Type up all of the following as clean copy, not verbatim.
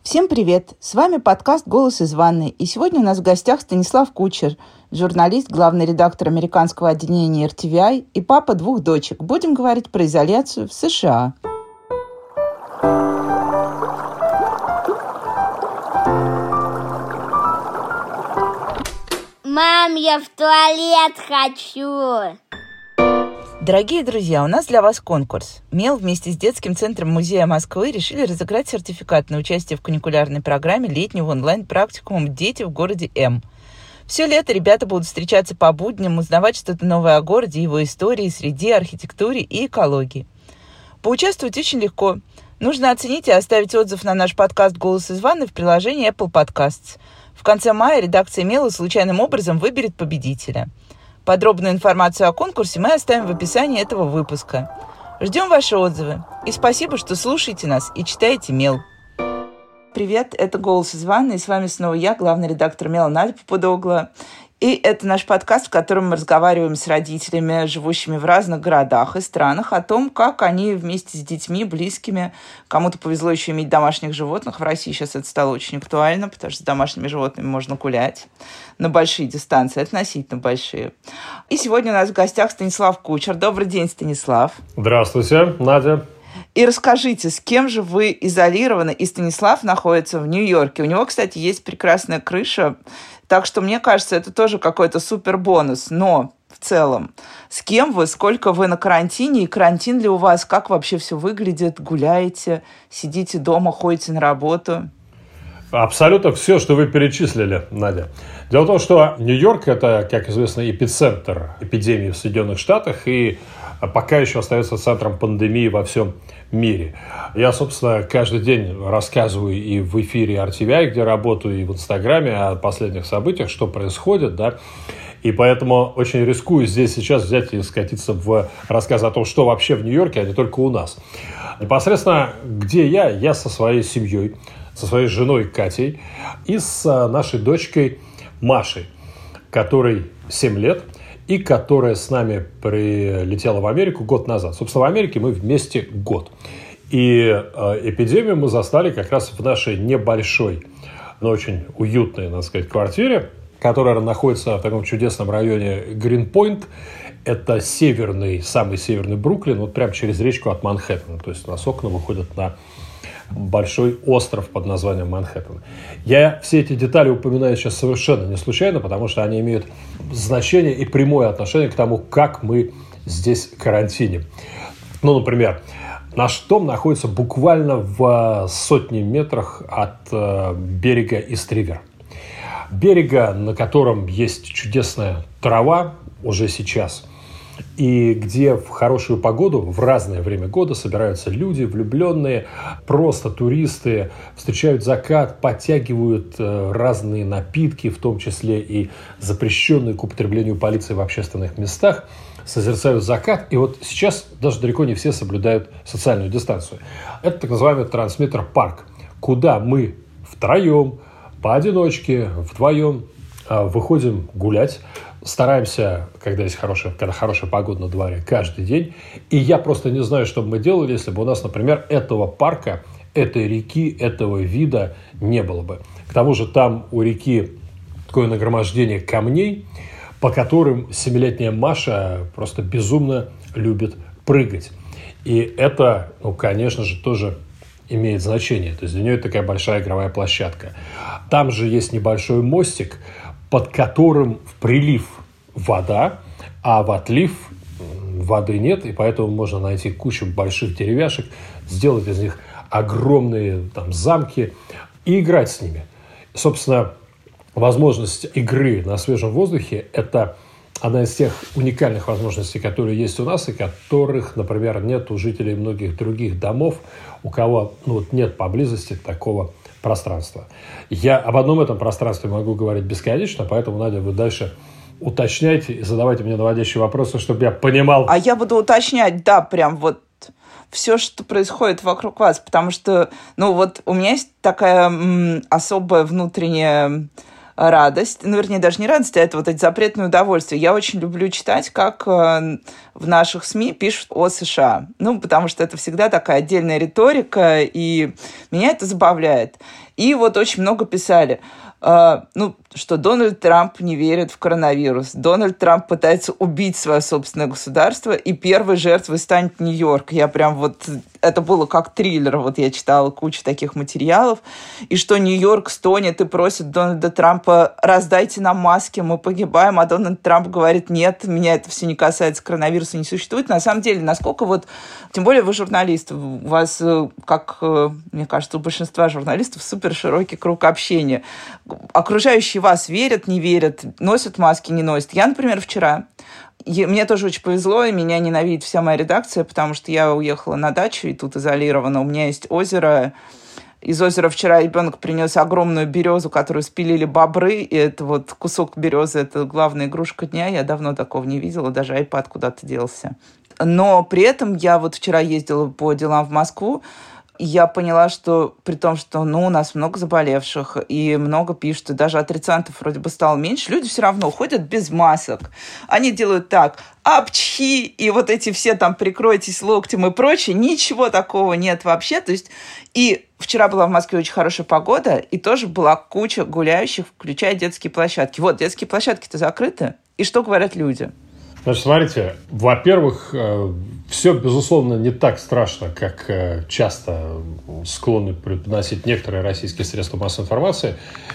Всем привет! С вами подкаст «Голос из ванной». И сегодня у нас в гостях Станислав Кучер, журналист, главный редактор американского отделения RTVI и папа двух дочек. Будем говорить про изоляцию в США. Мам, я в туалет хочу! Дорогие друзья, у нас для вас конкурс. МЕЛ вместе с детским центром Музея Москвы решили разыграть сертификат на участие в каникулярной программе летнего онлайн-практикума «Дети в городе М». Все лето ребята будут встречаться по будням, узнавать что-то новое о городе, его истории, среде, архитектуре и экологии. Поучаствовать очень легко. Нужно оценить и оставить отзыв на наш подкаст «Голос из ванны» в приложении Apple Podcasts. В конце мая редакция МЕЛа случайным образом выберет победителя. Подробную информацию о конкурсе мы оставим в описании этого выпуска. Ждем ваши отзывы. И спасибо, что слушаете нас и читаете МЕЛ. Привет, это «Голос из ванны», и с вами снова я, главный редактор МЕЛа Надя Попудогла. И это наш подкаст, в котором мы разговариваем с родителями, живущими в разных городах и странах, о том, как они вместе с детьми, близкими, кому-то повезло еще иметь домашних животных. В России сейчас это стало очень актуально, потому что с домашними животными можно гулять на большие дистанции, относительно большие. И сегодня у нас в гостях Станислав Кучер. Добрый день, Станислав. Здравствуйте, Надя. И расскажите, с кем же вы изолированы? И Станислав находится в Нью-Йорке. У него, кстати, есть прекрасная крыша. Так что, мне кажется, это тоже какой-то супер бонус. Но в целом, с кем вы, сколько вы на карантине, и карантин ли у вас, как вообще все выглядит, гуляете, сидите дома, ходите на работу? Абсолютно все, что вы перечислили, Надя. Дело в том, что Нью-Йорк – это, как известно, эпицентр эпидемии в Соединенных Штатах и пока еще остается центром пандемии во всем мире. Я, собственно, каждый день рассказываю и в эфире RTVI, где работаю, и в Инстаграме о последних событиях, что происходит, да. И поэтому очень рискую здесь сейчас взять и скатиться в рассказ о том, что вообще в Нью-Йорке, а не только у нас. Непосредственно, где я со своей семьей, со своей женой Катей и с нашей дочкой Машей, которой 7 лет и которая с нами прилетела в Америку год назад. Собственно, в Америке мы вместе год. И эпидемию мы застали как раз в нашей небольшой, но очень уютной, надо сказать, квартире, которая находится в таком чудесном районе Гринпойнт. Это самый северный Бруклин, вот прямо через речку от Манхэттена. То есть у нас окна выходят на большой остров под названием Манхэттен. Я все эти детали упоминаю сейчас совершенно не случайно, потому что они имеют значение и прямое отношение к тому, как мы здесь карантиним. Ну, например, наш дом находится буквально в сотне метрах от берега Ист-Ривер. Берега, на котором есть чудесная трава уже сейчас, и где в хорошую погоду в разное время года собираются люди, влюбленные, просто туристы, встречают закат, подтягивают разные напитки, в том числе и запрещенные к употреблению полиции в общественных местах, созерцают закат. И вот сейчас даже далеко не все соблюдают социальную дистанцию. Это так называемый трансмиттер-парк, куда мы втроем, поодиночке, вдвоем выходим гулять. Стараемся, когда хорошая погода на дворе, каждый день. И я просто не знаю, что бы мы делали, если бы у нас, например, этого парка, этой реки, этого вида не было бы. К тому же там у реки такое нагромождение камней, по которым 7-летняя Маша просто безумно любит прыгать. И это, конечно же, тоже имеет значение. То есть для нее это такая большая игровая площадка. Там же есть небольшой мостик, под которым в прилив вода, а в отлив воды нет, и поэтому можно найти кучу больших деревяшек, сделать из них огромные замки и играть с ними. Собственно, возможность игры на свежем воздухе – это одна из тех уникальных возможностей, которые есть у нас, и которых, например, нет у жителей многих других домов, у кого нет поблизости такого пространства. Я об одном этом пространстве могу говорить бесконечно, поэтому, Надя, вы дальше уточняйте и задавайте мне наводящие вопросы, чтобы я понимал. А я буду уточнять, прям все, что происходит вокруг вас, потому что, у меня есть такая особая внутренняя радость. Ну, вернее, даже не радость, а это вот эти запретные удовольствия. Я очень люблю читать, как в наших СМИ пишут о США. Ну, потому что это всегда такая отдельная риторика, и меня это забавляет. И вот очень много писали, что Дональд Трамп не верит в коронавирус. Дональд Трамп пытается убить свое собственное государство, и первой жертвой станет Нью-Йорк. Я прям вот... Это было как триллер. Вот я читала кучу таких материалов. И что Нью-Йорк стонет и просит Дональда Трампа: раздайте нам маски, мы погибаем. А Дональд Трамп говорит: нет, меня это все не касается, коронавируса не существует. На самом деле, насколько вот... Тем более вы журналист. У вас, как, мне кажется, у большинства журналистов супер широкий круг общения. Окружающие вас верят, не верят, носят маски, не носят. Я, например, вчера... Мне тоже очень повезло, и меня ненавидит вся моя редакция, потому что я уехала на дачу, и тут изолирована. У меня есть озеро. Из озера вчера ребенок принес огромную березу, которую спилили бобры, и это вот кусок березы, это главная игрушка дня. Я давно такого не видела, даже iPad куда-то делся. Но при этом я вот вчера ездила по делам в Москву, и я поняла, что при том, что у нас много заболевших, и много пишут, и даже отрицантов вроде бы стало меньше, люди все равно ходят без масок. Они делают так: апчхи, и вот эти все там прикройтесь локтем и прочее. Ничего такого нет вообще. То есть, и вчера была в Москве очень хорошая погода, и тоже была куча гуляющих, включая детские площадки. Вот, детские площадки-то закрыты. И что говорят люди? Значит, смотрите, во-первых, все, безусловно, не так страшно, как часто склонны преподносить некоторые российские средства массовой информации.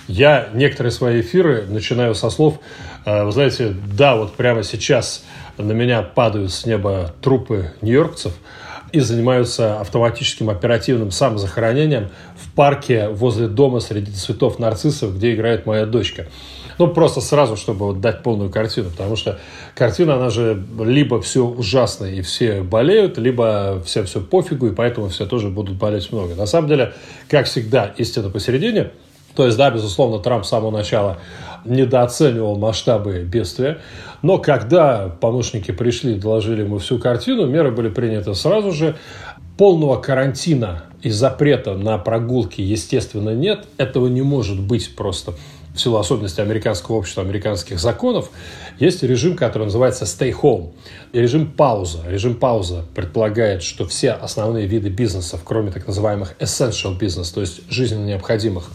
Я некоторые свои эфиры начинаю со слов: вы знаете, да, вот прямо сейчас на меня падают с неба трупы нью-йоркцев и занимаются автоматическим оперативным самозахоронением в парке возле дома среди цветов нарциссов, где играет моя дочка. Просто сразу, чтобы вот дать полную картину, потому что картина, она же либо все ужасно и все болеют, либо всем все пофигу, и поэтому все тоже будут болеть много. На самом деле, как всегда, истина посередине. То есть, да, безусловно, Трамп с самого начала недооценивал масштабы бедствия, но когда помощники пришли и доложили ему всю картину, меры были приняты сразу же. Полного карантина и запрета на прогулки, естественно, нет. Этого не может быть просто в силу особенностей американского общества, американских законов. Есть режим, который называется stay home, и режим пауза. Режим пауза предполагает, что все основные виды бизнесов, кроме так называемых essential business, то есть жизненно необходимых,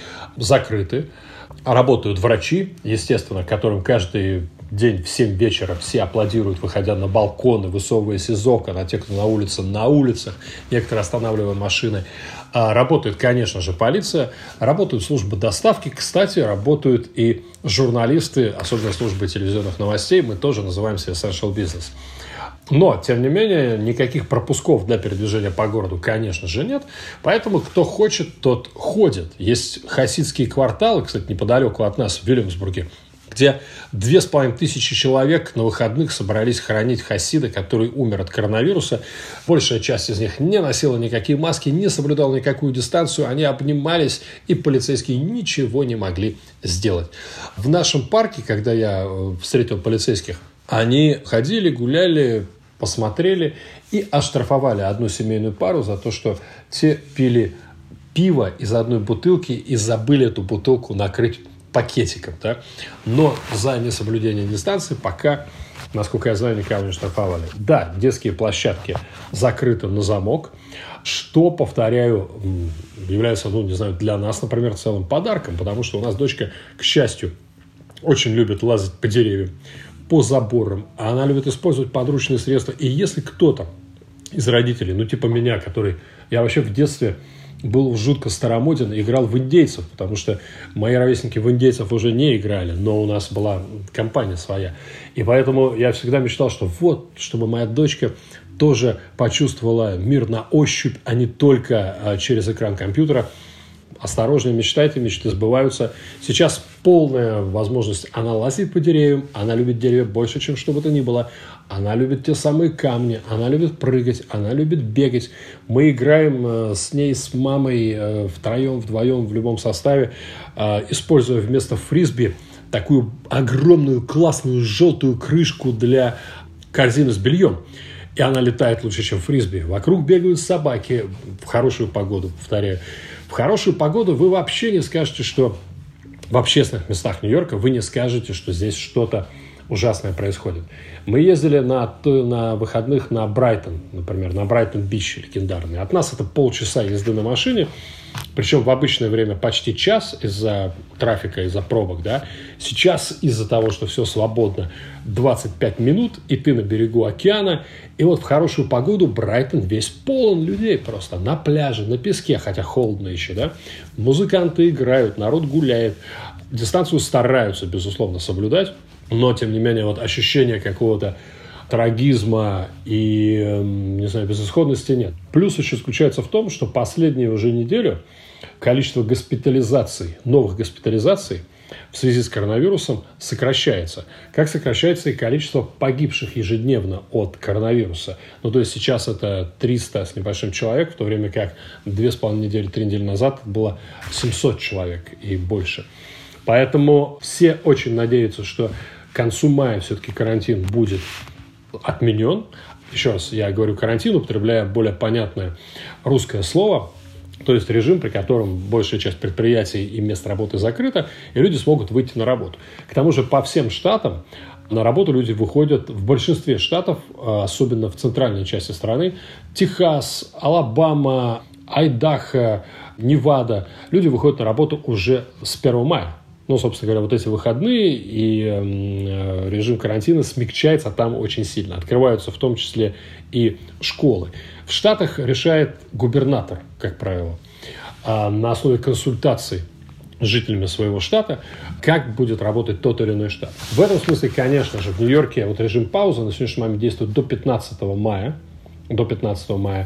закрыты. Работают врачи, естественно, которым каждый день в 7 вечера все аплодируют, выходя на балконы, высовываясь из окон, а те, кто на улицах, некоторые останавливая машины. Работает, конечно же, полиция, работают службы доставки, кстати, работают и журналисты, особенно службы телевизионных новостей, мы тоже называемся essential business. Но, тем не менее, никаких пропусков для передвижения по городу, конечно же, нет. Поэтому, кто хочет, тот ходит. Есть хасидские кварталы, кстати, неподалеку от нас, в Вильямсбурге, где 2500 человек на выходных собрались хоронить хасида, который умер от коронавируса. Большая часть из них не носила никакие маски, не соблюдала никакую дистанцию. Они обнимались, и полицейские ничего не могли сделать. В нашем парке, когда я встретил полицейских, они ходили, гуляли, посмотрели и оштрафовали одну семейную пару за то, что те пили пиво из одной бутылки и забыли эту бутылку накрыть пакетиком. Да? Но за несоблюдение дистанции пока, насколько я знаю, никого не штрафовали. Да, детские площадки закрыты на замок, что, повторяю, является, для нас, например, целым подарком, потому что у нас дочка, к счастью, очень любит лазать по деревьям, по заборам, а она любит использовать подручные средства. И если кто-то из родителей, типа меня, я вообще в детстве был жутко старомоден, играл в индейцев, потому что мои ровесники в индейцев уже не играли, но у нас была компания своя. И поэтому я всегда мечтал, что чтобы моя дочка тоже почувствовала мир на ощупь, а не только через экран компьютера. Осторожнее мечтайте, мечты сбываются. Сейчас полная возможность. Она лазит по деревьям, она любит деревья больше, чем что бы то ни было. Она любит те самые камни, она любит прыгать, она любит бегать. Мы играем с ней, с мамой втроем, вдвоем, в любом составе, используя вместо фрисби такую огромную, классную, желтую крышку для корзины с бельем. И она летает лучше, чем фрисби. Вокруг бегают собаки в хорошую погоду, повторяю. В хорошую погоду вы вообще не скажете, что в общественных местах Нью-Йорка вы не скажете, что здесь что-то ужасное происходит. Мы ездили на выходных на Брайтон, например, на Брайтон-Бич легендарный. От нас это полчаса езды на машине, причем в обычное время почти час из-за трафика, из-за пробок. Да? Сейчас из-за того, что все свободно, 25 минут, и ты на берегу океана. И вот в хорошую погоду Брайтон весь полон людей просто на пляже, на песке, хотя холодно еще. Да? Музыканты играют, народ гуляет. Дистанцию стараются, безусловно, соблюдать. Но, тем не менее, вот ощущение какого-то трагизма и, не знаю, безысходности нет. Плюс еще заключается в том, что последнюю уже неделю количество госпитализаций, новых госпитализаций в связи с коронавирусом сокращается. Как сокращается и количество погибших ежедневно от коронавируса. Ну, то есть сейчас это 300 с небольшим человек, в то время как 2,5 недели, 3 недели назад было 700 человек и больше. Поэтому все очень надеются, что к концу мая все-таки карантин будет отменен. Еще раз, я говорю карантин, употребляя более понятное русское слово, то есть режим, при котором большая часть предприятий и мест работы закрыта, и люди смогут выйти на работу. К тому же по всем штатам на работу люди выходят в большинстве штатов, особенно в центральной части страны, Техас, Алабама, Айдахо, Невада. Люди выходят на работу уже с 1 мая. Ну, собственно говоря, вот эти выходные и режим карантина смягчается там очень сильно. Открываются в том числе и школы. В Штатах решает губернатор, как правило, на основе консультаций с жителями своего штата, как будет работать тот или иной штат. В этом смысле, конечно же, в Нью-Йорке вот режим паузы на сегодняшний момент действует до 15 мая. До 15 мая.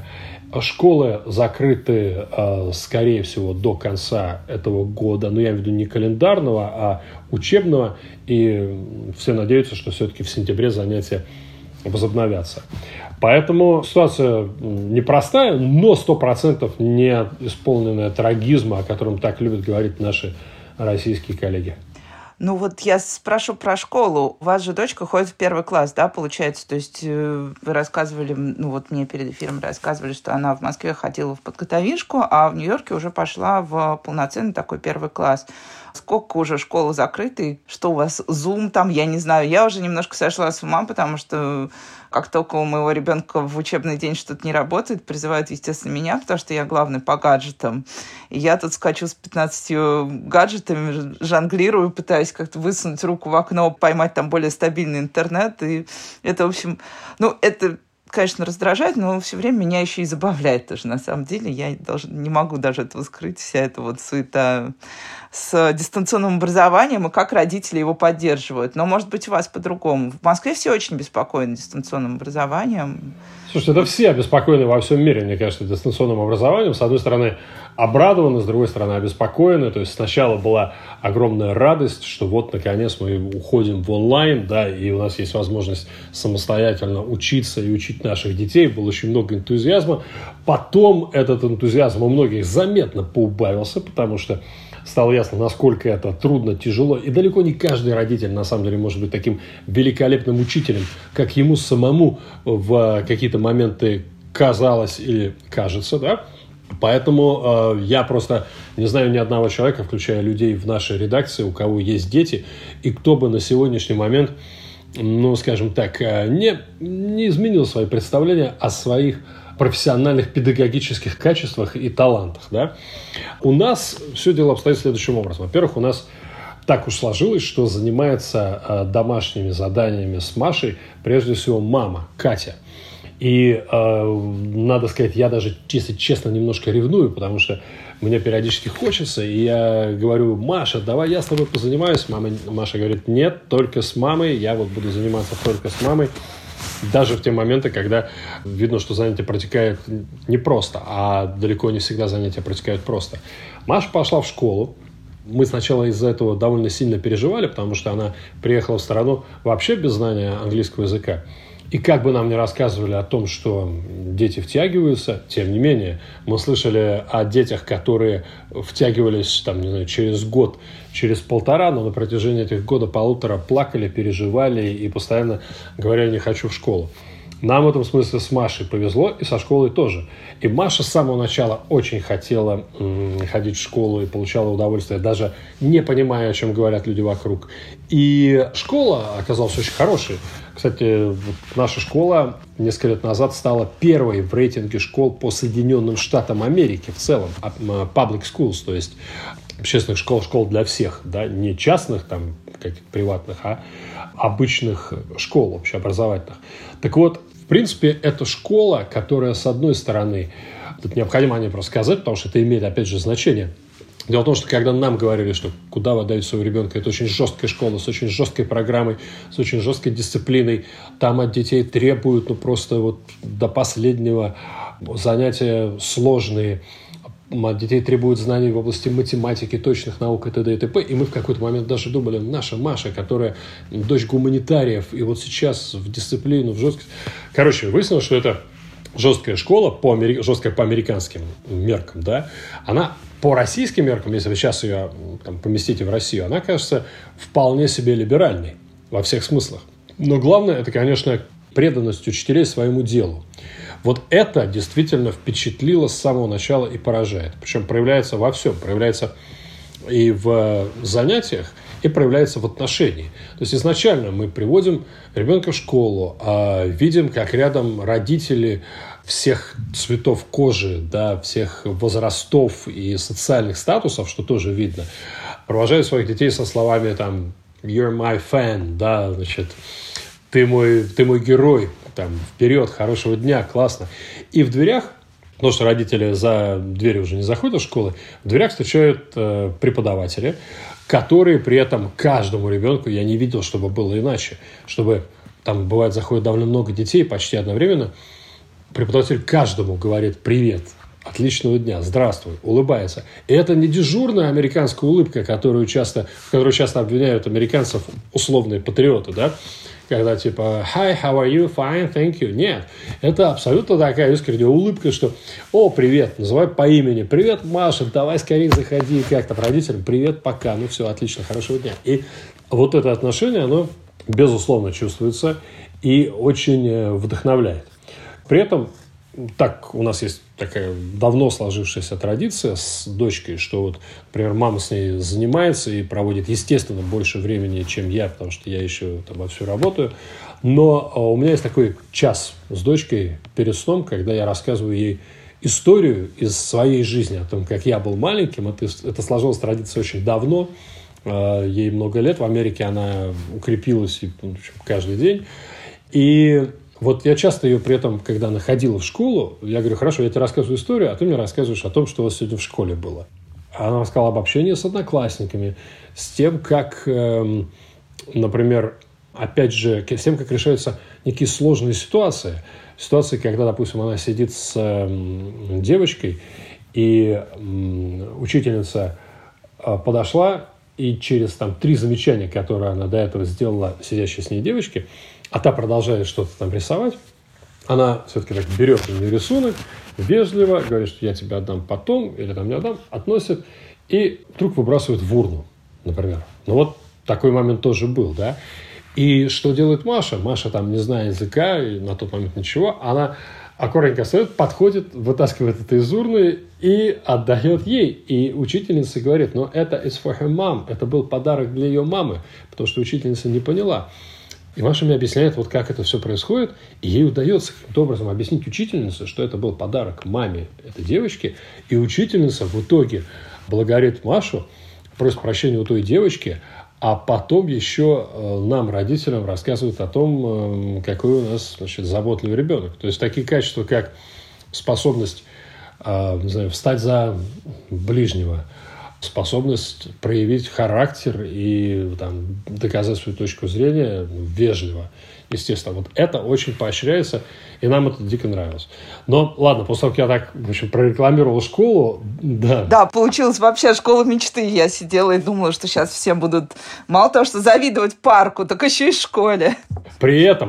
Школы закрыты, скорее всего, до конца этого года. Но я имею в виду не календарного, а учебного. И все надеются, что все-таки в сентябре занятия возобновятся. Поэтому ситуация непростая, но 100% не исполненная трагизма, о котором так любят говорить наши российские коллеги. Ну вот я спрошу про школу. У вас же дочка ходит в 1 класс, да, получается? То есть вы рассказывали, ну вот мне перед эфиром рассказывали, что она в Москве ходила в подготовишку, а в Нью-Йорке уже пошла в полноценный такой 1 класс. Сколько уже школы закрыты? Что у вас, Zoom там, я не знаю. Я уже немножко сошла с ума, потому что как только у моего ребенка в учебный день что-то не работает, призывают, естественно, меня, потому что я главный по гаджетам. И я тут скачу с 15 гаджетами, жонглирую, пытаюсь как-то высунуть руку в окно, поймать там более стабильный интернет. И это, в общем, ну, это, конечно, раздражает, но все время меня еще и забавляет тоже. На самом деле я не могу даже этого скрыть, вся эта вот суета с дистанционным образованием и как родители его поддерживают. Но, может быть, у вас по-другому. В Москве все очень беспокоены дистанционным образованием. Слушайте, да все обеспокоены во всем мире, мне кажется, дистанционным образованием. С одной стороны, обрадованы, с другой стороны, обеспокоены. То есть сначала была огромная радость, что вот, наконец, мы уходим в онлайн, да, и у нас есть возможность самостоятельно учиться и учить наших детей. Было очень много энтузиазма. Потом этот энтузиазм у многих заметно поубавился, потому что стало ясно, насколько это трудно, тяжело. И далеко не каждый родитель, на самом деле, может быть таким великолепным учителем, как ему самому в какие-то моменты казалось или кажется, да. Поэтому я просто не знаю ни одного человека, включая людей в нашей редакции, у кого есть дети, и кто бы на сегодняшний момент, ну, скажем так, не изменил свои представления о своих профессиональных педагогических качествах и талантах. Да? У нас все дело обстоит следующим образом. Во-первых, у нас так уж сложилось, что занимается домашними заданиями с Машей прежде всего мама, Катя. И, надо сказать, я даже, если честно, немножко ревную, потому что мне периодически хочется, и я говорю: Маша, давай я с тобой позанимаюсь. Маша говорит: нет, только с мамой, я вот буду заниматься только с мамой. Даже в те моменты, когда видно, что занятие протекает непросто, а далеко не всегда занятия протекают просто. Маша пошла в школу. Мы сначала из-за этого довольно сильно переживали, потому что она приехала в страну вообще без знания английского языка. И как бы нам ни рассказывали о том, что дети втягиваются, тем не менее, мы слышали о детях, которые втягивались там, не знаю, через год, через полтора, но на протяжении этих года-полутора плакали, переживали и постоянно говорили: не хочу в школу. Нам в этом смысле с Машей повезло, и со школой тоже. И Маша с самого начала очень хотела ходить в школу и получала удовольствие, даже не понимая, о чем говорят люди вокруг. И школа оказалась очень хорошей. Кстати, наша школа несколько лет назад стала первой в рейтинге школ по Соединенным Штатам Америки в целом. Public schools, то есть общественных школ для всех, да, не частных, там, каких-то приватных, а обычных школ общеобразовательных. Так вот, в принципе, это школа, которая, с одной стороны, тут необходимо о ней просто сказать, потому что это имеет, опять же, значение. Дело в том, что когда нам говорили, что куда вы отдаете своего ребенка, это очень жесткая школа, с очень жесткой программой, с очень жесткой дисциплиной, там от детей требуют, просто вот до последнего занятия сложные, от детей требуют знаний в области математики, точных наук и т.д. и т.п. И мы в какой-то момент даже думали, наша Маша, которая дочь гуманитариев, и вот сейчас в дисциплину, в жесткость. Короче, выяснилось, что это жесткая школа, жесткая по американским меркам, да, она по российским меркам, если вы сейчас ее там поместите в Россию, она кажется вполне себе либеральной во всех смыслах. Но главное, это, конечно, преданность учителей своему делу. Вот это действительно впечатлило с самого начала и поражает. Причем проявляется во всем. Проявляется и в занятиях, и проявляется в отношении. То есть изначально мы приводим ребенка в школу, видим, как рядом родители всех цветов кожи, да, всех возрастов и социальных статусов, что тоже видно, провожают своих детей со словами там «You're my fan», да, значит, ты мой герой, там, вперед, хорошего дня, классно. И в дверях, потому что родители за дверью уже не заходят в школы, в дверях встречают преподаватели, которые при этом каждому ребенку, я не видел, чтобы было иначе, чтобы там, бывает, заходит довольно много детей почти одновременно, преподаватель каждому говорит «Привет, отличного дня, здравствуй», улыбается. И это не дежурная американская улыбка, в которой часто обвиняют американцев условные патриоты, да, когда типа «Hi, how are you? Fine, thank you». Нет, это абсолютно такая искренняя улыбка, что «О, привет», называют по имени, «Привет, Маша, давай скорее заходи», как-то родителям «Привет, пока», ну все, отлично, хорошего дня. И вот это отношение, оно безусловно чувствуется и очень вдохновляет. При этом так у нас есть такая давно сложившаяся традиция с дочкой, что вот, например, мама с ней занимается и проводит, естественно, больше времени, чем я, потому что я еще там вовсю работаю. Но у меня есть такой час с дочкой перед сном, когда я рассказываю ей историю из своей жизни, о том, как я был маленьким. Это сложилась традиция очень давно. Ей много лет. В Америке она укрепилась каждый день. И вот я часто ее при этом, когда она ходила в школу, я говорю, хорошо, я тебе рассказываю историю, а ты мне рассказываешь о том, что у вас сегодня в школе было. Она рассказала об общении с одноклассниками, с тем, как, например, опять же, с тем, как решаются некие сложные ситуации. Ситуации, когда, допустим, она сидит с девочкой, и учительница подошла, и через там 3 замечания, которые она до этого сделала сидящей с ней девочке, а та продолжает что-то там рисовать, она все-таки так берет у нее рисунок, вежливо говорит, что я тебе отдам потом, или там не отдам, относит, и вдруг выбрасывает в урну, например. Ну вот такой момент тоже был, да. И что делает Маша? Маша там не зная языка, и на тот момент ничего, она аккуратненько встает, подходит, вытаскивает это из урны и отдает ей. И учительница говорит, но это it's for her mom, это был подарок для ее мамы, потому что учительница не поняла. И Маша мне объясняет, вот как это все происходит, и ей удается каким-то образом объяснить учительнице, что это был подарок маме этой девочки, и учительница в итоге благодарит Машу, просит прощения у той девочки, а потом еще нам, родителям, рассказывает о том, какой у нас, значит, заботливый ребенок. То есть такие качества, как способность, не знаю, встать за ближнего, способность проявить характер и там, доказать свою точку зрения вежливо, естественно. Вот это очень поощряется, и нам это дико нравилось. Но ладно, после того, как я так, в общем, прорекламировал школу, да. Да, получилась вообще школа мечты. Я сидела и думала, что сейчас все будут мало того, что завидовать парку, так еще и школе. При этом,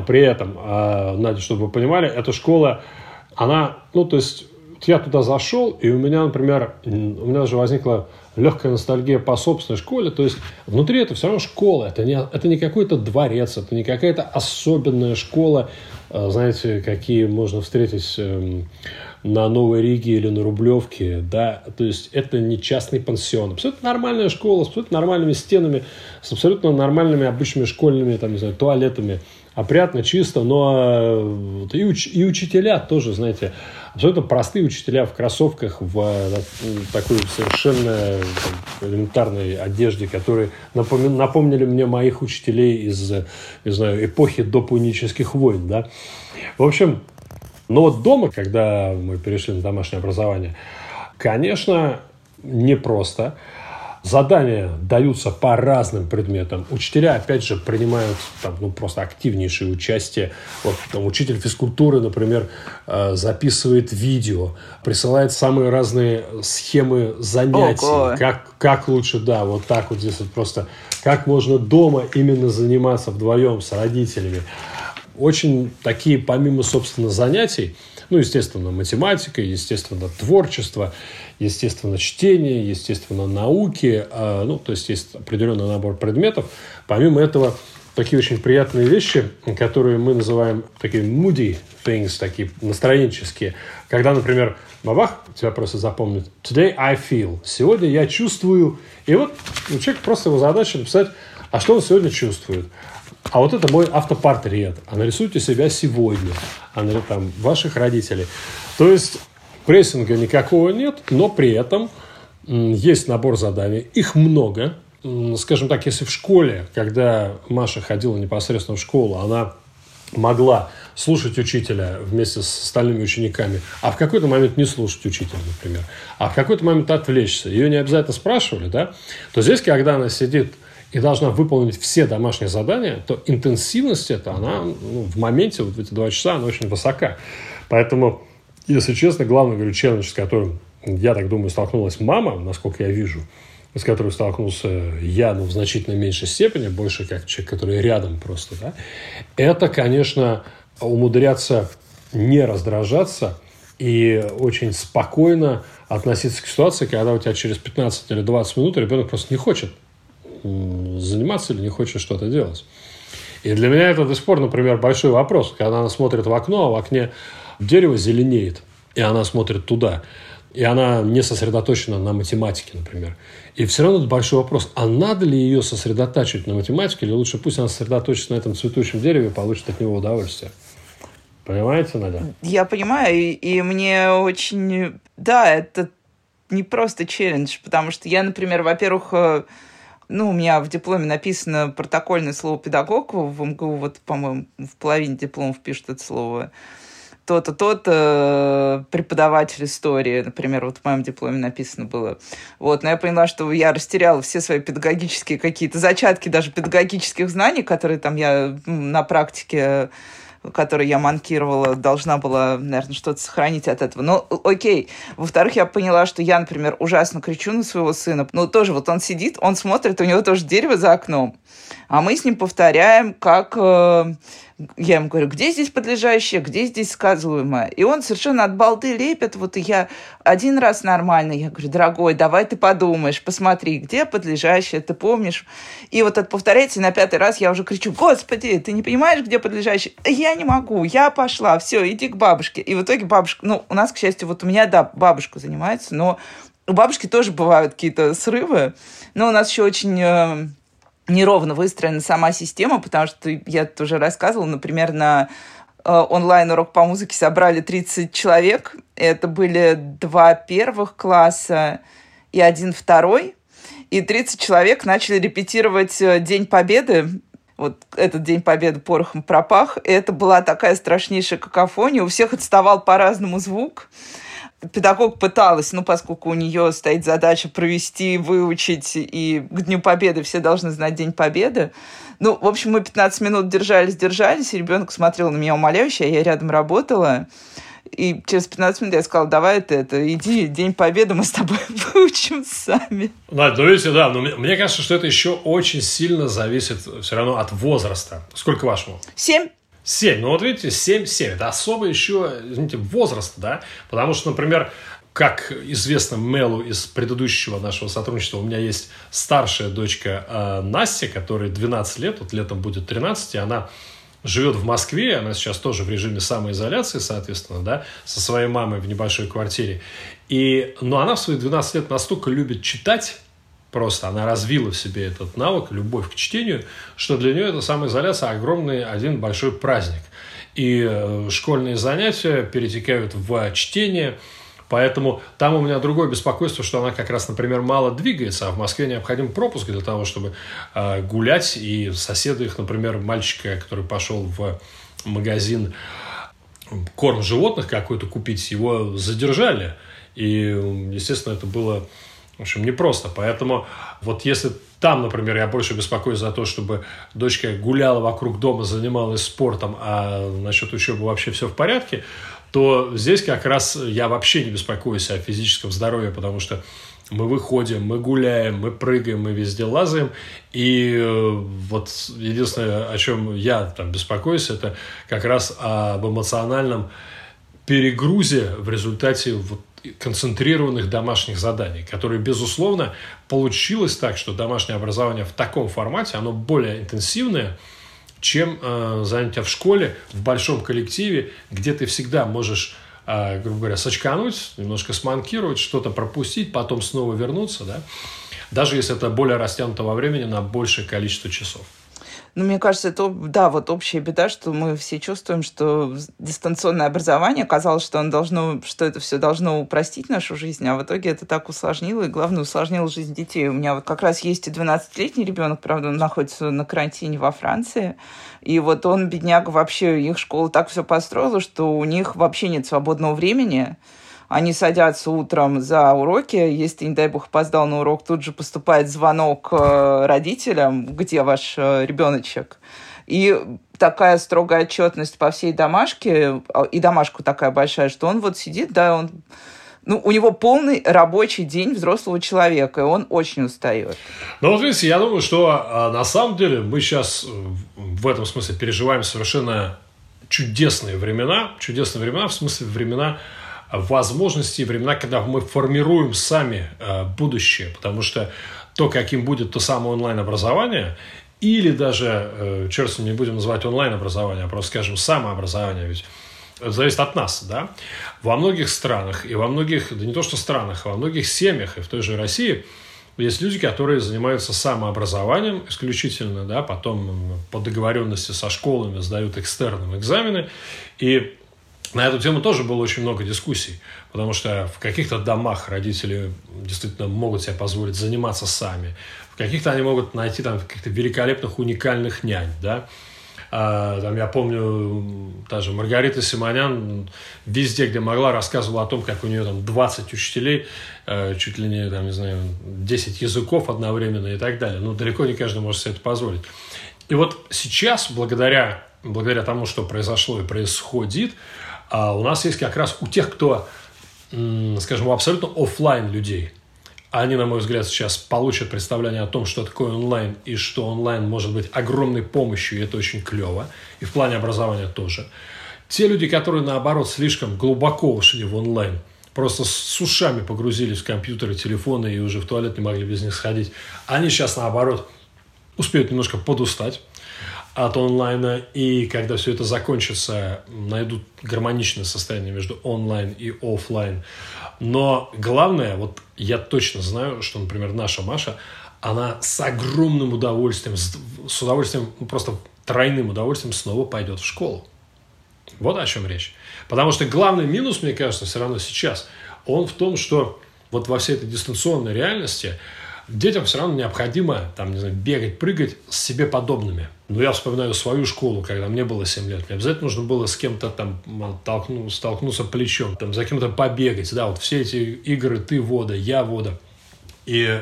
Надя, чтобы вы понимали, эта школа, она, ну, то есть, я туда зашел, и у меня, например, даже возникла легкая ностальгия по собственной школе. То есть внутри это все равно школа. Это не какой-то дворец, это не какая-то особенная школа, знаете, какие можно встретить на Новой Риге или на Рублевке. Да? То есть это не частный пансион. Абсолютно нормальная школа с абсолютно нормальными стенами, с абсолютно нормальными обычными школьными там, не знаю, туалетами. Опрятно, чисто, но и учителя тоже, знаете, абсолютно простые учителя в кроссовках, в такой совершенно элементарной одежде, которые напомнили мне моих учителей из, не знаю, эпохи допунических войн, да. В общем, но вот дома, когда мы перешли на домашнее образование, конечно, непросто. Задания даются по разным предметам. Учителя, опять же, принимают просто активнейшее участие. Вот, учитель физкультуры, например, записывает видео, присылает самые разные схемы занятий. Как лучше, да, вот так вот здесь вот просто, как можно дома именно заниматься вдвоем с родителями. Очень такие, помимо, собственно, занятий, естественно, математика, естественно, творчество, естественно, чтение, естественно, науки. То есть определенный набор предметов. Помимо этого, такие очень приятные вещи, которые мы называем такие moody things, такие настроенческие. Когда, например, бабах, тебя просто запомнит today I feel. Сегодня я чувствую. И вот человек просто его задача написать, а что он сегодня чувствует. А вот это мой автопортрет. А нарисуйте себя сегодня. А там ваших родителей. То есть прессинга никакого нет, но при этом есть набор заданий. Их много. Скажем так, если в школе, когда Маша ходила непосредственно в школу, она могла слушать учителя вместе с остальными учениками, а в какой-то момент не слушать учителя, например, а в какой-то момент отвлечься. Ее не обязательно спрашивали, да? То здесь, когда она сидит и должна выполнить все домашние задания, то интенсивность эта, она в моменте, вот в эти 2 часа, она очень высока. Поэтому, если честно, главный, говорю, челлендж, с которым, я так думаю, столкнулась мама, насколько я вижу, с которым столкнулся я, в значительно меньшей степени, больше как человек, который рядом просто, да, это, конечно, умудряться не раздражаться и очень спокойно относиться к ситуации, когда у тебя через 15 или 20 минут ребенок просто не хочет заниматься или не хочет что-то делать. И для меня это до сих пор, например, большой вопрос. Когда она смотрит в окно, а в окне дерево зеленеет, и она смотрит туда, и она не сосредоточена на математике, например. И все равно это большой вопрос. А надо ли ее сосредотачивать на математике, или лучше пусть она сосредоточится на этом цветущем дереве и получит от него удовольствие? Понимаете, Надя? Я понимаю, и мне очень... Да, это не просто челлендж, потому что я, например, во-первых... у меня в дипломе написано протокольное слово «педагог». В МГУ, вот, по-моему, в половине дипломов пишут это слово. То-то, то-то преподаватель истории, например, вот в моем дипломе написано было. Вот, но я поняла, что я растеряла все свои педагогические какие-то зачатки, даже педагогических знаний, которые там я на практике, которые я манкировала, должна была, наверное, что-то сохранить от этого. Но окей. Во-вторых, я поняла, что я, например, ужасно кричу на своего сына. Тоже вот он сидит, он смотрит, у него тоже дерево за окном. А мы с ним повторяем, как... Я ему говорю, где здесь подлежащее, где здесь сказуемое. И он совершенно от балды лепит. Вот и я один раз нормально, я говорю, дорогой, давай ты подумаешь, посмотри, где подлежащее, ты помнишь. И вот это повторяется, и на 5-й раз я уже кричу, господи, ты не понимаешь, где подлежащее? Я не могу, я пошла, все, иди к бабушке. И в итоге бабушка, у нас, к счастью, вот у меня, да, бабушка занимается, но у бабушки тоже бывают какие-то срывы. Но у нас еще очень... неровно выстроена сама система, потому что я уже рассказывала, например, на онлайн-урок по музыке собрали 30 человек. Это были 2 первых класса и 1 второй. И 30 человек начали репетировать День Победы. Вот этот День Победы порохом пропах. И это была такая страшнейшая какофония. У всех отставал по-разному звук. Педагог пыталась, поскольку у нее стоит задача провести, выучить, и к Дню Победы все должны знать День Победы. В общем, мы 15 минут держались, и ребенок смотрел на меня умоляюще, а я рядом работала. И через 15 минут я сказала, давай иди, День Победы мы с тобой выучим сами. Надь, видите, да, но мне кажется, что это еще очень сильно зависит все равно от возраста. Сколько вашему? 7. 7. Видите, 7. Это особо еще, извините, возраст, да? Потому что, например, как известно Мелу из предыдущего нашего сотрудничества, у меня есть старшая дочка Настя, которой 12 лет, вот летом будет 13, и она живет в Москве, она сейчас тоже в режиме самоизоляции, соответственно, да, со своей мамой в небольшой квартире. Но она в свои 12 лет настолько любит читать, просто она развила в себе этот навык, любовь к чтению, что для нее эта самоизоляция огромный один большой праздник. И школьные занятия перетекают в чтение. Поэтому там у меня другое беспокойство, что она как раз, например, мало двигается, а в Москве необходим пропуск для того, чтобы гулять. И соседы их, например, мальчика, который пошел в магазин корм животных какой-то купить, его задержали. И, естественно, это было, в общем, непросто. Поэтому вот если там, например, я больше беспокоюсь за то, чтобы дочка гуляла вокруг дома, занималась спортом, а насчет учебы вообще все в порядке, то здесь как раз я вообще не беспокоюсь о физическом здоровье, потому что мы выходим, мы гуляем, мы прыгаем, мы везде лазаем. И вот единственное, о чем я там беспокоюсь, это как раз об эмоциональном перегрузе в результате вот концентрированных домашних заданий, которые, безусловно, получилось так, что домашнее образование в таком формате, оно более интенсивное, чем занятия в школе, в большом коллективе, где ты всегда можешь, грубо говоря, сочкануть, немножко сманкировать, что-то пропустить, потом снова вернуться, да? Даже если это более растянуто во времени на большее количество часов. Ну, мне кажется, это, да, вот общая беда, что мы все чувствуем, что дистанционное образование, казалось, что это все должно упростить нашу жизнь, а в итоге это так усложнило, и, главное, усложнило жизнь детей. У меня вот как раз есть и 12-летний ребенок, правда, он находится на карантине во Франции, и вот он, бедняга, вообще, их школа так все построила, что у них вообще нет свободного времени. Они садятся утром за уроки, если, не дай бог, опоздал на урок, тут же поступает звонок родителям, где ваш ребеночек. И такая строгая отчетность по всей домашке, и домашка такая большая, что он вот сидит, да, у него полный рабочий день взрослого человека, и он очень устает. Ну, вот видите, я думаю, что на самом деле мы сейчас в этом смысле переживаем совершенно чудесные времена, в смысле времена возможности, времена, когда мы формируем сами будущее, потому что то, каким будет то самое онлайн-образование, или даже, черт с ним, не будем называть онлайн-образование, а просто скажем самообразование, ведь это зависит от нас, да. Во многих странах, и во многих, да не то что странах, а во многих семьях, и в той же России, есть люди, которые занимаются самообразованием исключительно, да, потом по договоренности со школами сдают экстерном экзамены, и на эту тему тоже было очень много дискуссий, потому что в каких-то домах родители действительно могут себе позволить заниматься сами, в каких-то они могут найти там каких-то великолепных, уникальных нянь, да. Там, я помню, та же Маргарита Симонян везде, где могла, рассказывала о том, как у нее там 20 учителей, чуть ли не, там, не знаю, 10 языков одновременно и так далее. Ну, далеко не каждый может себе это позволить. И вот сейчас, благодаря тому, что произошло и происходит, у нас есть как раз у тех, кто, скажем, абсолютно офлайн людей, они, на мой взгляд, сейчас получат представление о том, что такое онлайн, и что онлайн может быть огромной помощью, и это очень клево, и в плане образования тоже. Те люди, которые, наоборот, слишком глубоко ушли в онлайн, просто с ушами погрузились в компьютеры, телефоны, и уже в туалет не могли без них сходить, они сейчас, наоборот, успеют немножко подустать от онлайна, и когда все это закончится, найдут гармоничное состояние между онлайн и офлайн. Но главное, вот я точно знаю, что, например, наша Маша, она с огромным удовольствием, с удовольствием, просто тройным удовольствием снова пойдет в школу. Вот о чем речь. Потому что главный минус, мне кажется, все равно сейчас, он в том, что вот во всей этой дистанционной реальности детям все равно необходимо там, не знаю, бегать, прыгать с себе подобными. Но я вспоминаю свою школу, когда мне было 7 лет. Мне обязательно нужно было с кем-то там столкнуться плечом, там, за кем-то побегать. Да, вот все эти игры «ты вода», «я вода». И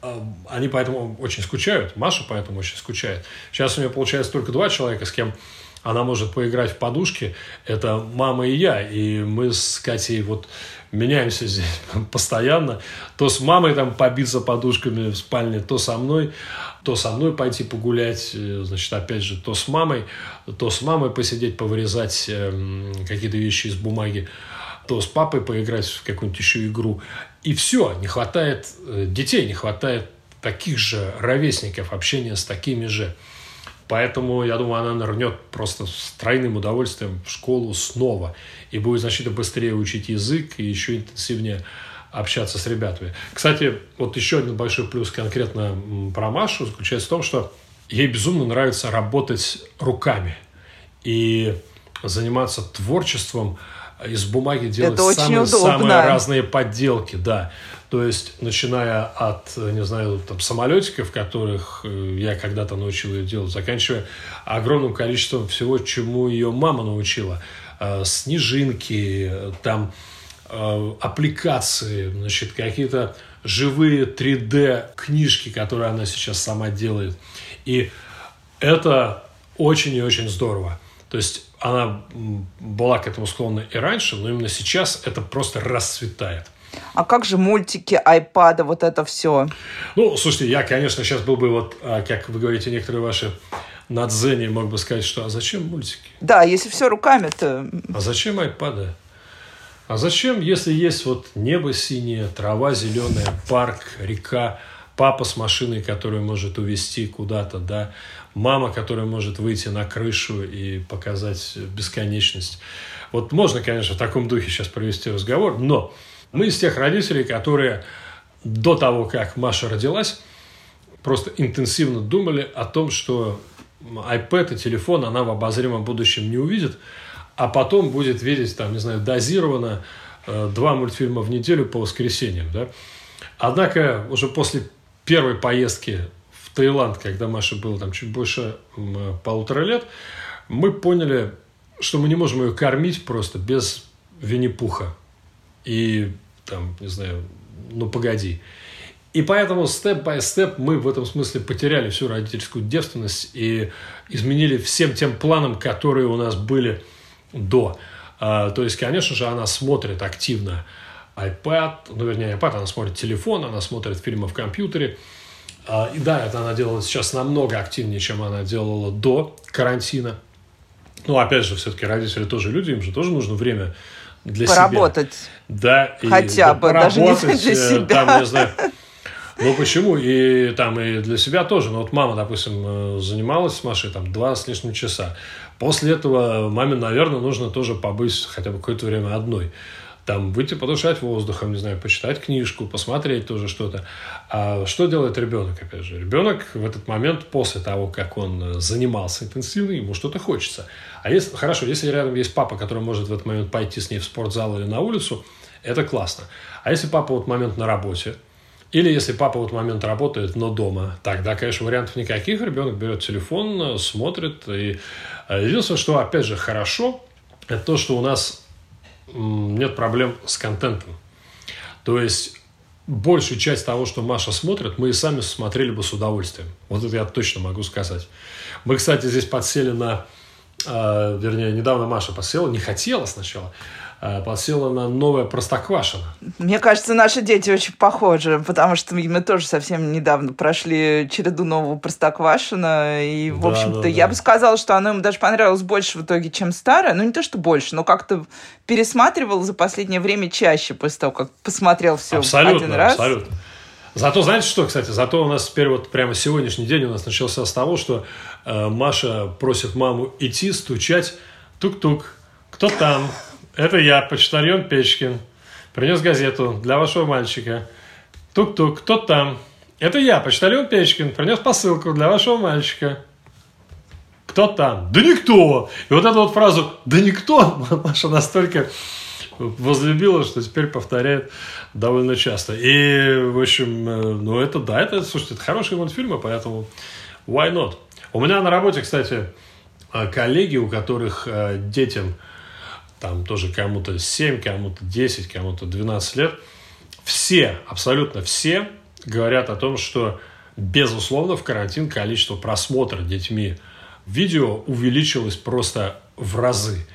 они поэтому очень скучают. Маша поэтому очень скучает. Сейчас у нее получается только 2 человека, с кем она может поиграть в подушки. Это мама и я. И мы с Катей вот меняемся здесь постоянно. То с мамой там побиться подушками в спальне, то со мной пойти погулять. Значит, опять же, то с мамой посидеть, повырезать какие-то вещи из бумаги. то с папой поиграть в какую-нибудь еще игру. И все, не хватает детей, не хватает таких же ровесников, общения с такими же. Поэтому, я думаю, она нырнет просто с тройным удовольствием в школу снова. И будет значительно быстрее учить язык и еще интенсивнее общаться с ребятами. Кстати, вот еще один большой плюс конкретно про Машу заключается в том, что ей безумно нравится работать руками и заниматься творчеством, из бумаги делать самые разные подделки, да. То есть, начиная от, не знаю, там, самолетиков, которых я когда-то научил ее делать, заканчивая огромным количеством всего, чему ее мама научила. Снежинки, там, аппликации, значит, какие-то живые 3D-книжки, которые она сейчас сама делает. И это очень и очень здорово. То есть, она была к этому склонна и раньше, но именно сейчас это просто расцветает. А как же мультики, айпады, вот это все? Ну, слушайте, я, конечно, сейчас был бы, вот, как вы говорите, некоторые ваши на дзене, мог бы сказать, что а зачем мультики? Да, если все руками-то... А зачем айпады? А зачем, если есть вот небо синее, трава зеленая, парк, река, папа с машиной, которую может увезти куда-то, да, мама, которая может выйти на крышу и показать бесконечность. Вот можно, конечно, в таком духе сейчас провести разговор, но мы из тех родителей, которые до того, как Маша родилась, просто интенсивно думали о том, что iPad и телефон она в обозримом будущем не увидит, а потом будет видеть, там, не знаю, дозированно 2 мультфильма в неделю по воскресеньям, да. Однако уже после первой поездки в Таиланд, когда Маше было там чуть больше 1,5 лет, мы поняли, что мы не можем ее кормить просто без Винни-Пуха. И там, не знаю, ну погоди. И поэтому степ-бай-степ мы в этом смысле потеряли всю родительскую девственность и изменили всем тем планам, которые у нас были до. То есть, конечно же, она смотрит активно iPad, ну, вернее, iPad, она смотрит телефон, она смотрит фильмы в компьютере. И да, это она делает сейчас намного активнее, чем она делала до карантина. Ну, опять же, все-таки родители тоже люди, им же тоже нужно время для поработать. Себя. Да, хотя бы, даже не для себя. Там, не знаю, ну, почему? И там и для себя тоже. Ну, вот мама, допустим, занималась с Машей там 2 с лишним часа. После этого маме, наверное, нужно тоже побыть хотя бы какое-то время одной. Там выйти подышать воздухом, не знаю, почитать книжку, посмотреть тоже что-то. А что делает ребенок, опять же? Ребенок в этот момент, после того, как он занимался интенсивно, ему что-то хочется. А если, хорошо, если рядом есть папа, который может в этот момент пойти с ней в спортзал или на улицу, это классно. А если папа в этот момент на работе, или если папа в этот момент работает, но дома, тогда, конечно, вариантов никаких. Ребенок берет телефон, смотрит. И единственное, что, опять же, хорошо, это то, что у нас нет проблем с контентом. То есть, большую часть того, что Маша смотрит, мы и сами смотрели бы с удовольствием. Вот это я точно могу сказать. Мы, кстати, здесь подсели на... вернее, недавно Маша подсела, не хотела сначала, подсела на новое Простоквашино. Мне кажется, наши дети очень похожи, потому что мы тоже совсем недавно прошли череду нового Простоквашино, и, в общем-то, я бы сказала, что оно им даже понравилось больше в итоге, чем старое. Ну, не то, что больше, но как-то пересматривал за последнее время чаще, после того, как посмотрел все один раз. Абсолютно. Зато, знаете что, кстати, зато у нас теперь вот прямо сегодняшний день у нас начался с того, что Маша просит маму идти, стучать, тук-тук, кто там? Это я, почтальон Печкин. Принес газету для вашего мальчика. Тук-тук, кто там? Это я, почтальон Печкин. Принес посылку для вашего мальчика. Кто там? Да никто! И вот эту вот фразу «да никто» Маша настолько возлюбила, что теперь повторяет довольно часто. И, в общем, ну это да, это, слушайте, это хорошие мультфильмы, поэтому why not? У меня на работе, кстати, коллеги, у которых детям там тоже кому-то 7, кому-то 10, кому-то 12 лет. Все, абсолютно все говорят о том, что, безусловно, в карантин количество просмотра детьми видео увеличилось просто в разы.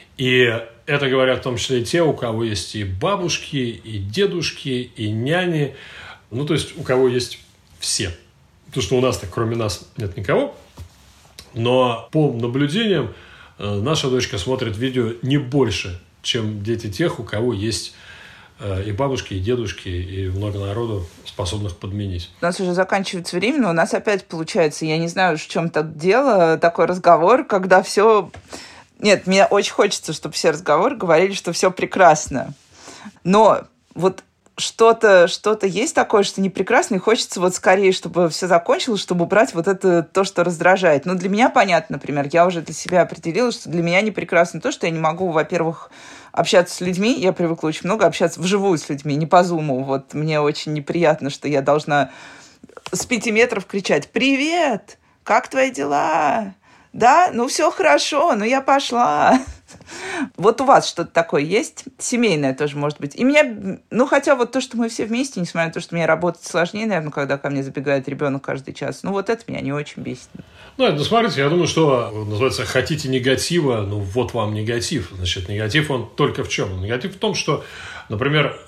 И это говорят в том числе и те, у кого есть и бабушки, и дедушки, и няни. Ну, то есть, у кого есть все. Потому что у нас-то, кроме нас, нет никого. Но по наблюдениям, наша дочка смотрит видео не больше, чем дети тех, у кого есть и бабушки, и дедушки, и много народу, способных подменить. У нас уже заканчивается время, но у нас опять получается, я не знаю, в чем тут дело, такой разговор, когда все... Нет, мне очень хочется, чтобы все разговоры говорили, что все прекрасно. Но вот что-то есть такое, что не прекрасно, и хочется вот скорее, чтобы все закончилось, чтобы убрать вот это то, что раздражает. Ну, для меня понятно, например, я уже для себя определила, что для меня не прекрасно то, что я не могу, во-первых, общаться с людьми. Я привыкла очень много общаться вживую с людьми, не по зуму. Вот мне очень неприятно, что я должна с 5 метров кричать: «Привет! Как твои дела? Да? Ну, все хорошо, ну я пошла». Вот у вас что-то такое есть? Семейное тоже, может быть. И меня, ну, хотя вот то, что мы все вместе, несмотря на то, что мне работать сложнее, наверное, когда ко мне забегает ребенок каждый час, ну, вот это меня не очень бесит. Ну, смотрите, я думаю, что называется «хотите негатива», ну, вот вам негатив. Значит, негатив, он только в чем? Негатив в том, что, например,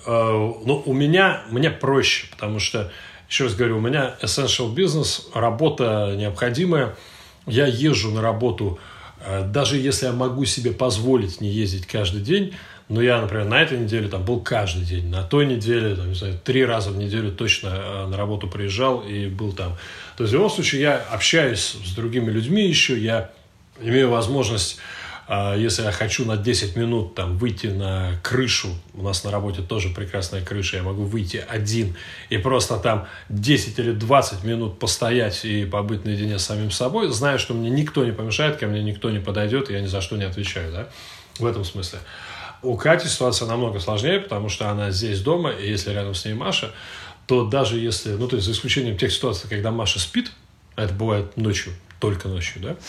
мне проще, потому что, еще раз говорю, у меня essential business, работа необходимая. Я езжу на работу, даже если я могу себе позволить не ездить каждый день, но я, например, на этой неделе там был каждый день, на той неделе, там, не знаю, 3 раза в неделю точно на работу приезжал и был там. То есть, в любом случае, я общаюсь с другими людьми еще, я имею возможность, если я хочу на 10 минут там выйти на крышу, у нас на работе тоже прекрасная крыша, я могу выйти один и просто там 10 или 20 минут постоять и побыть наедине с самим собой, зная, что мне никто не помешает, ко мне никто не подойдет, и я ни за что не отвечаю, да, в этом смысле. У Кати ситуация намного сложнее, потому что она здесь дома, и если рядом с ней Маша, то даже если, ну, то есть за исключением тех ситуаций, когда Маша спит, а это бывает ночью, только ночью, да,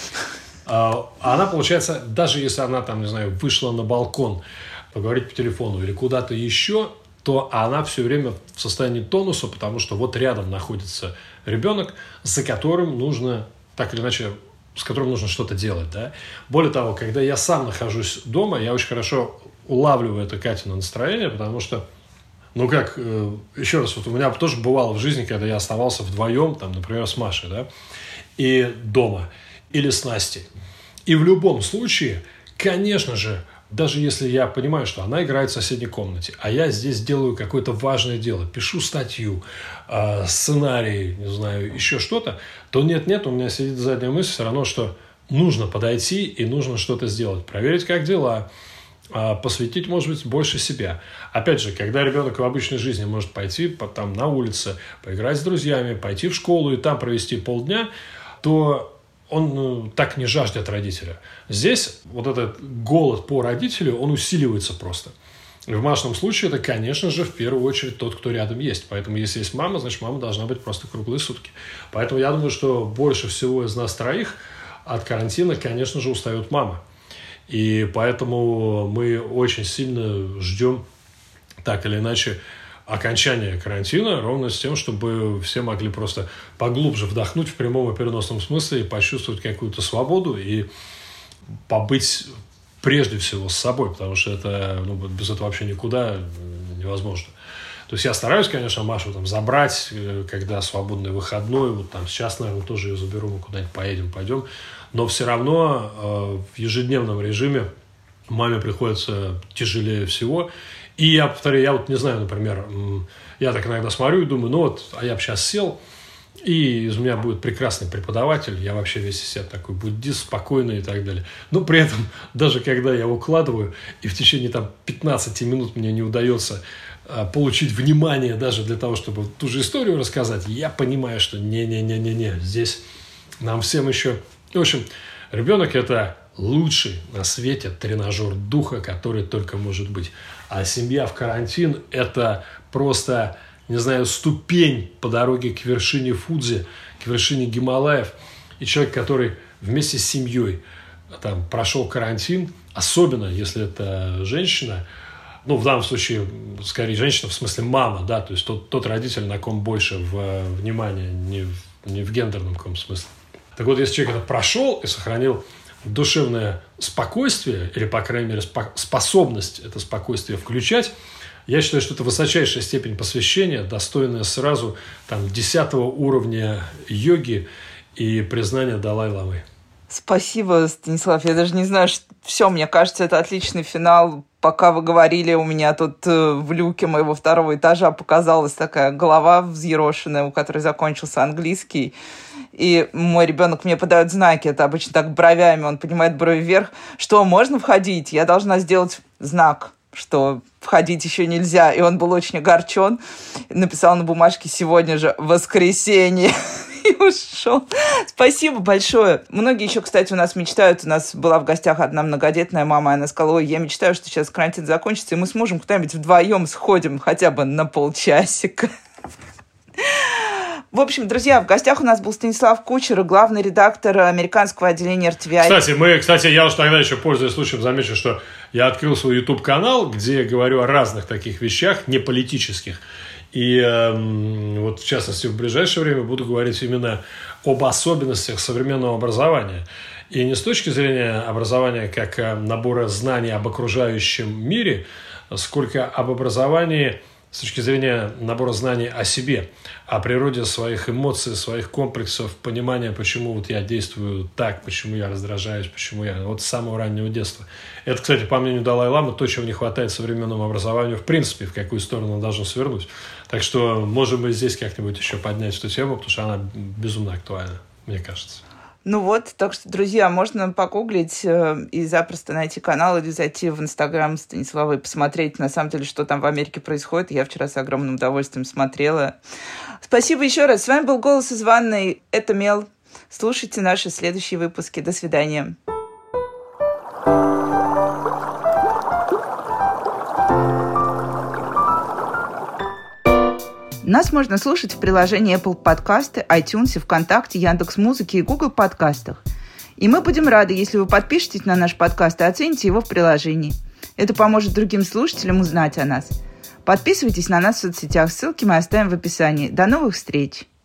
она, получается, даже если она там, не знаю, вышла на балкон поговорить по телефону или куда-то еще, то она все время в состоянии тонуса, потому что вот рядом находится ребенок, за которым нужно, так или иначе, с которым нужно что-то делать, да. Более того, когда я сам нахожусь дома, я очень хорошо улавливаю это Катино настроение, потому что, ну как, еще раз, вот у меня тоже бывало в жизни, когда я оставался вдвоем, там, например, с Машей, да, и дома, или с Настей. И в любом случае, конечно же, даже если я понимаю, что она играет в соседней комнате, а я здесь делаю какое-то важное дело, пишу статью, сценарий, не знаю, еще что-то, то нет-нет, у меня сидит задняя мысль все равно, что нужно подойти и нужно что-то сделать, проверить, как дела, посвятить, может быть, больше себя. Опять же, когда ребенок в обычной жизни может пойти там на улице, поиграть с друзьями, пойти в школу и там провести полдня, то он так не жаждет родителя. Здесь вот этот голод по родителю, он усиливается просто. И в Машином случае это, конечно же, в первую очередь тот, кто рядом есть. Поэтому если есть мама, значит, мама должна быть просто круглые сутки. Поэтому я думаю, что больше всего из нас троих от карантина, конечно же, устает мама. И поэтому мы очень сильно ждем, так или иначе, окончания карантина, ровно с тем, чтобы все могли просто поглубже вдохнуть в прямом и переносном смысле и почувствовать какую-то свободу и побыть прежде всего с собой, потому что это, без этого вообще никуда невозможно. То есть я стараюсь, конечно, Машу там забрать, когда свободный выходной, вот там сейчас, наверное, тоже ее заберу, мы куда-нибудь пойдем, но все равно в ежедневном режиме маме приходится тяжелее всего. И я повторяю, я вот не знаю, например, я так иногда смотрю и думаю, а я бы сейчас сел, и из меня будет прекрасный преподаватель, я вообще весь из себя такой буддист, спокойный и так далее. Но при этом, даже когда я укладываю, и в течение там 15 минут мне не удается получить внимание даже для того, чтобы ту же историю рассказать, я понимаю, что не, здесь нам всем еще... В общем, ребенок – это лучший на свете тренажер духа, который только может быть. А семья в карантин – это просто, не знаю, ступень по дороге к вершине Фудзи, к вершине Гималаев. И человек, который вместе с семьей там прошел карантин, особенно если это женщина, в данном случае, скорее, женщина, в смысле мама, да, то есть тот родитель, на ком больше внимания, не в гендерном каком смысле. Так вот, если человек это прошел и сохранил душевное спокойствие, или, по крайней мере, способность это спокойствие включать, я считаю, что это высочайшая степень посвящения, достойная сразу 10 уровня йоги и признания Далай-ламы. Спасибо, Станислав. Я даже не знаю, все, мне кажется, это отличный финал. Пока вы говорили, у меня тут в люке моего 2-го этажа показалась такая голова взъерошенная, у которой закончился английский. И мой ребенок мне подает знаки. Это обычно так бровями, он поднимает брови вверх. Что, можно входить? Я должна сделать знак, что входить еще нельзя. И он был очень огорчен. Написал на бумажке «Сегодня же воскресенье». И ушел. Спасибо большое. Многие еще, кстати, у нас мечтают. У нас была в гостях одна многодетная мама, и она сказала: ой, я мечтаю, что сейчас карантин закончится, и мы с мужем куда-нибудь вдвоем сходим хотя бы на полчасика. В общем, друзья, в гостях у нас был Станислав Кучер, главный редактор американского отделения RTVI. Кстати, я уж тогда еще, пользуясь случаем, замечу, что я открыл свой YouTube-канал, где говорю о разных таких вещах, не политических. И вот, в частности, в ближайшее время буду говорить именно об особенностях современного образования. И не с точки зрения образования как набора знаний об окружающем мире, сколько об образовании с точки зрения набора знаний о себе, о природе своих эмоций, своих комплексов, понимания, почему вот я действую так, почему я раздражаюсь, почему я... Вот с самого раннего детства. Это, кстати, по мнению Далай-ламы, то, чего не хватает современному образованию в принципе, в какую сторону оно должно свернуть. Так что можем мы здесь как-нибудь еще поднять эту тему, потому что она безумно актуальна, мне кажется. Ну вот, так что, друзья, можно погуглить и запросто найти канал или зайти в Инстаграм Станислава и посмотреть, на самом деле, что там в Америке происходит. Я вчера с огромным удовольствием смотрела. Спасибо еще раз. С вами был «Голос из ванной». Это Мел. Слушайте наши следующие выпуски. До свидания. Нас можно слушать в приложении Apple Podcasts, iTunes, ВКонтакте, Яндекс.Музыке и Google подкастах. И мы будем рады, если вы подпишетесь на наш подкаст и оцените его в приложении. Это поможет другим слушателям узнать о нас. Подписывайтесь на нас в соцсетях, ссылки мы оставим в описании. До новых встреч!